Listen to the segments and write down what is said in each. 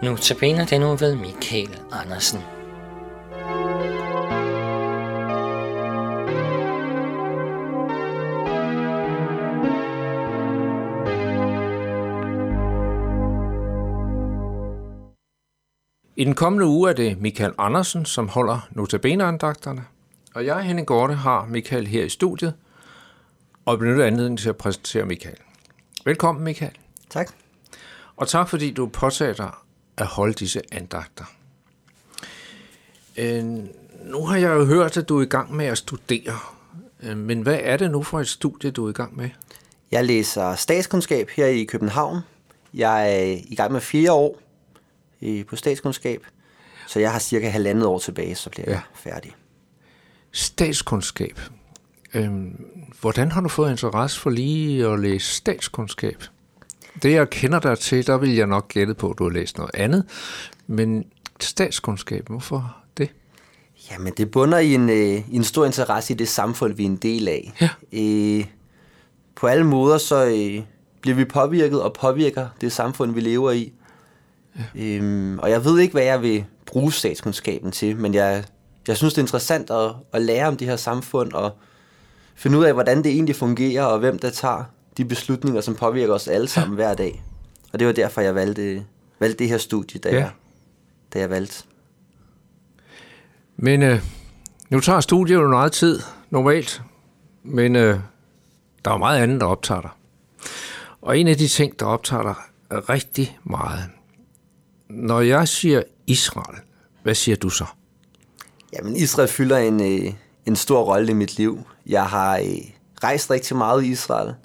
Notabene den nu ved Michael Andersen. I den kommende uge er det Michael Andersen, som holder notabeneandagterne, og jeg, Henning Gorte, har Michael her i studiet, og benytter anledningen til at præsentere Michael. Velkommen, Michael. Tak. Og tak, fordi du påtager dig at holde disse andagter. Nu har jeg jo hørt, at du er i gang med at studere, men hvad er det nu for et studie, du er i gang med? Jeg læser statskundskab her i København. Jeg er i gang med 4 år på statskundskab, så jeg har cirka 1,5 år tilbage, så bliver jeg færdig. Statskundskab. Hvordan har du fået interesse for lige at læse statskundskab? Det, jeg kender dig til, der vil jeg nok gætte på, at du har læst noget andet, men statskundskab, hvorfor det? Jamen, det bunder i en stor interesse i det samfund, vi er en del af. Ja. På alle måder, så bliver vi påvirket og påvirker det samfund, vi lever i. Ja. Og jeg ved ikke, hvad jeg vil bruge statskundskaben til, men jeg synes, det er interessant at lære om det her samfund og finde ud af, hvordan det egentlig fungerer, og hvem der tager de beslutninger, som påvirker os alle sammen hver dag. Og det var derfor, jeg valgte det her studie, da jeg valgte. Men nu tager studiet jo meget tid, normalt, men der er meget andet, der optager dig. Og en af de ting, der optager dig rigtig meget. Når jeg siger Israel, hvad siger du så? Jamen, Israel fylder en stor rolle i mit liv. Jeg har rejst rigtig meget i Israel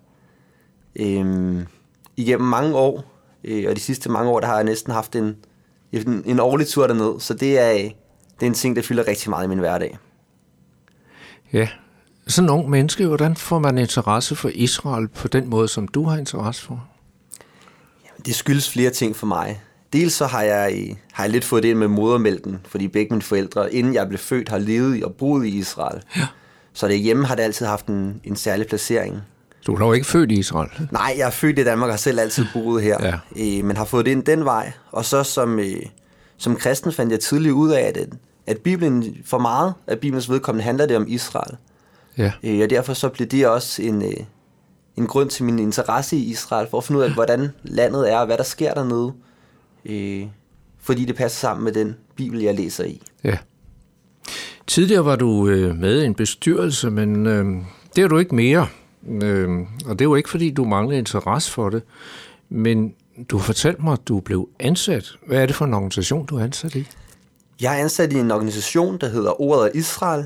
igennem mange år, og de sidste mange år, der har jeg næsten haft en årlig tur derned, så det er en ting, der fylder rigtig meget i min hverdag. Ja, sådan en ung menneske, hvordan får man interesse for Israel på den måde, som du har interesse for? Jamen, det skyldes flere ting for mig. Dels så har jeg lidt fået det ind med modermælken, fordi begge mine forældre, inden jeg blev født, har levet og boet i Israel. Ja. Så derhjemme har det altid haft en særlig placering. Du er dog ikke født i Israel? Nej, jeg er født i Danmark og har selv altid boet her, men har fået det ind den vej. Og så som kristen fandt jeg tidligt ud af, at Bibelen for meget af Bibelens vedkommende handler det om Israel. Ja. Og derfor så blev det også en grund til min interesse i Israel, for at finde ud af, hvordan landet er og hvad der sker dernede. Fordi det passer sammen med den Bibel, jeg læser i. Ja. Tidligere var du med i en bestyrelse, men det er du ikke mere. Og det er jo ikke, fordi du mangler interesse for det, men du har fortalt mig, at du blev ansat. Hvad er det for en organisation, du er ansat i? Jeg er ansat i en organisation, der hedder Ordet af Israel.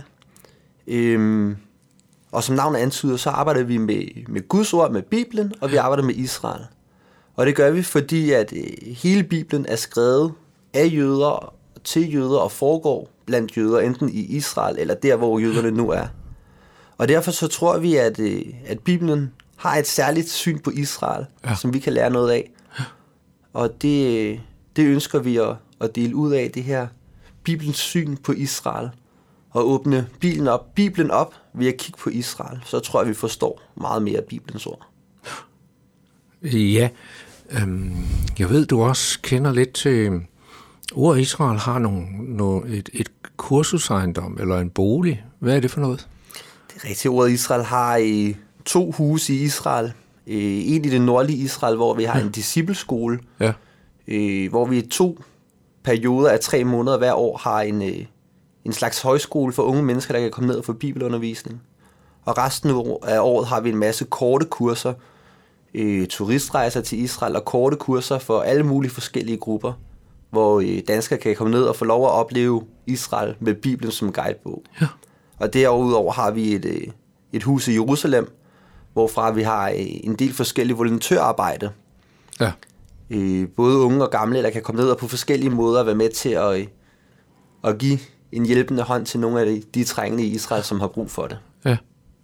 Og som navnet antyder, så arbejder vi med Guds ord, med Bibelen, og vi arbejder med Israel. Og det gør vi, fordi at hele Bibelen er skrevet af jøder, til jøder og foregår blandt jøder, enten i Israel eller der, hvor jøderne nu er. Og derfor så tror vi, at Bibelen har et særligt syn på Israel, som vi kan lære noget af. Og det ønsker vi at dele ud af, det her Bibelens syn på Israel. Og åbne Bibelen op ved at kigge på Israel. Så tror jeg, vi forstår meget mere af Bibelens ord. Ja, jeg ved, du også kender lidt til Ordet Israel har et kursusejendom eller en bolig. Hvad er det for noget? Det er rigtigt. Ordet Israel har 2 huse i Israel. En i det nordlige Israel, hvor vi har en discipleskole, hvor vi i 2 perioder af 3 måneder hver år har en slags højskole for unge mennesker, der kan komme ned og få bibelundervisning. Og resten af året har vi en masse korte kurser, turistrejser til Israel og korte kurser for alle mulige forskellige grupper, hvor danskere kan komme ned og få lov at opleve Israel med Bibelen som guidebog. Ja. Og derudover har vi et hus i Jerusalem, hvorfra vi har en del forskellige volontørarbejde. Ja. Både unge og gamle, der kan komme ned og på forskellige måder være med til at give en hjælpende hånd til nogle af de trængende i Israel, som har brug for det. Ja.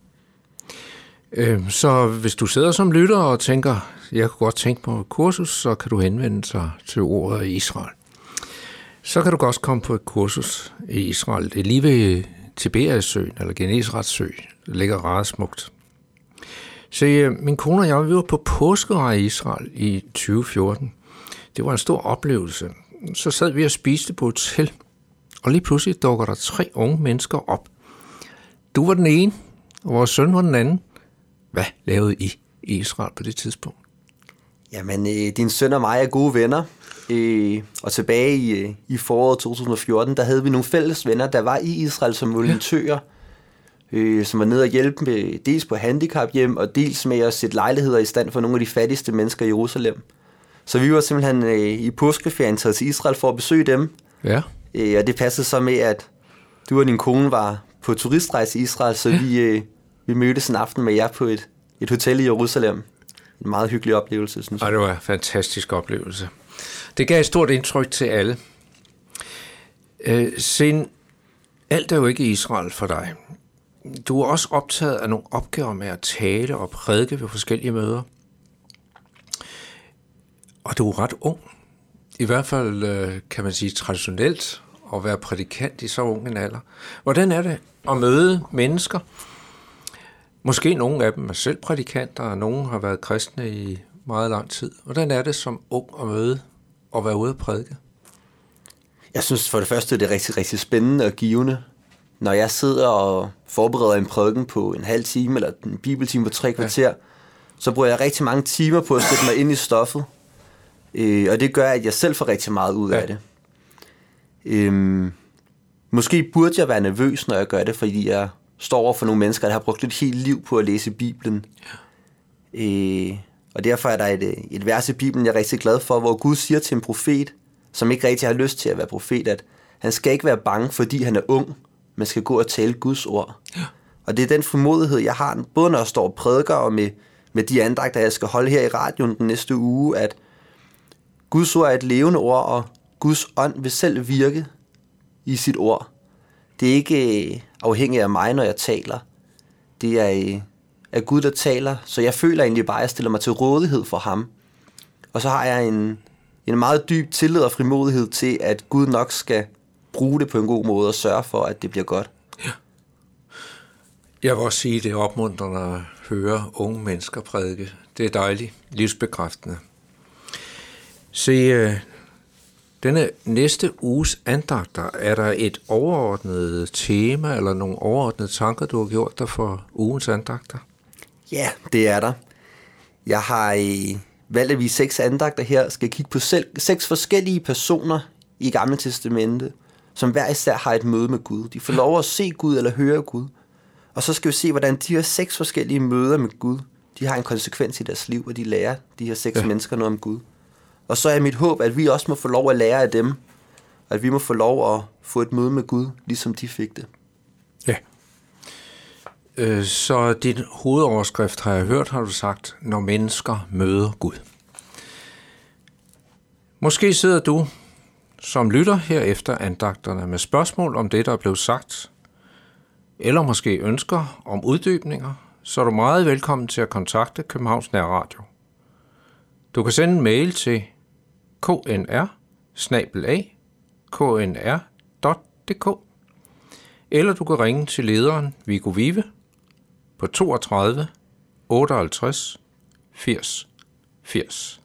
Så hvis du sidder som lytter og tænker, jeg kunne godt tænke på et kursus, så kan du henvende sig til Ordet i Israel. Så kan du også komme på et kursus i Israel. Det er lige ved Tiberiassøen, eller Genesarets sø. Det ligger ret smukt. Så min kone og jeg, vi var på påskereje i Israel i 2014. Det var en stor oplevelse. så sad vi og spiste på hotel, og lige pludselig dukker der 3 unge mennesker op. Du var den ene, og vores søn var den anden. Hvad lavede I i Israel på det tidspunkt? Jamen, din søn og mig er gode venner, og tilbage i foråret 2014, der havde vi nogle fælles venner, der var i Israel som volontører, som var nede og hjælpe med, dels på handicaphjem, og dels med at sætte lejligheder i stand for nogle af de fattigste mennesker i Jerusalem. Så vi var simpelthen i påskeferien taget til Israel for at besøge dem. Ja. Og det passede så med, at du og din kone var på turistrejse i Israel, så vi mødtes en aften med jer på et hotel i Jerusalem. En meget hyggelig oplevelse, synes jeg. Og det var en fantastisk oplevelse. Det gav et stort indtryk til alle. Sen, alt er jo ikke Israel for dig. Du er også optaget af nogle opgaver med at tale og prædike ved forskellige møder. Og du er ret ung. I hvert fald kan man sige traditionelt at være prædikant i så ung en alder. Hvordan er det at møde mennesker? Måske nogle af dem er selv prædikanter, og nogle har været kristne i meget lang tid. Hvordan er det som ung at møde og være ude at prædike? Jeg synes for det første, det er rigtig, rigtig spændende og givende. Når jeg sidder og forbereder en prædiken på en halv time, eller en bibeltime på 3 kvarter, så bruger jeg rigtig mange timer på at sætte mig ind i stoffet. Og det gør, at jeg selv får rigtig meget ud af det. Måske burde jeg være nervøs, når jeg gør det, fordi jeg står over for nogle mennesker, der har brugt et helt liv på at læse Bibelen. Og derfor er der et vers i Bibelen, jeg er rigtig glad for, hvor Gud siger til en profet, som ikke rigtig har lyst til at være profet, at han skal ikke være bange, fordi han er ung, men skal gå og tale Guds ord. Ja. Og det er den formodighed, jeg har, både når jeg står og prædiker, og med de andagter, jeg skal holde her i radioen den næste uge, at Guds ord er et levende ord, og Guds ånd vil selv virke i sit ord. Det er ikke afhængigt af mig, når jeg taler. Det er Gud, der taler, så jeg føler egentlig bare, at jeg stiller mig til rådighed for ham. Og så har jeg en meget dyb tillid og frimodighed til, at Gud nok skal bruge det på en god måde og sørge for, at det bliver godt. Ja. Jeg vil også sige, at det er opmuntrende at høre unge mennesker prædike. Det er dejligt, livsbekræftende. Se, denne næste uges andagter, er der et overordnet tema eller nogle overordnede tanker, du har gjort dig for ugens andagter? Ja, det er der. Jeg har valgt, at vi 6 andagter her skal kigge på 6 forskellige personer i Gamle Testamente, som hver især har et møde med Gud. De får lov at se Gud eller høre Gud. Og så skal vi se, hvordan de her 6 forskellige møder med Gud, de har en konsekvens i deres liv, og de lærer de her 6 mennesker noget om Gud. Og så er mit håb, at vi også må få lov at lære af dem, og at vi må få lov at få et møde med Gud, ligesom de fik det. Ja. Så din hovedoverskrift, har jeg hørt, har du sagt, når mennesker møder Gud. Måske sidder du som lytter her efter andagterne med spørgsmål om det, der er blevet sagt, eller måske ønsker om uddybninger, så er du meget velkommen til at kontakte Københavns Nærradio. Du kan sende en mail til knr@knr.dk, eller du kan ringe til lederen Viggo Vive på 32 58 80 80.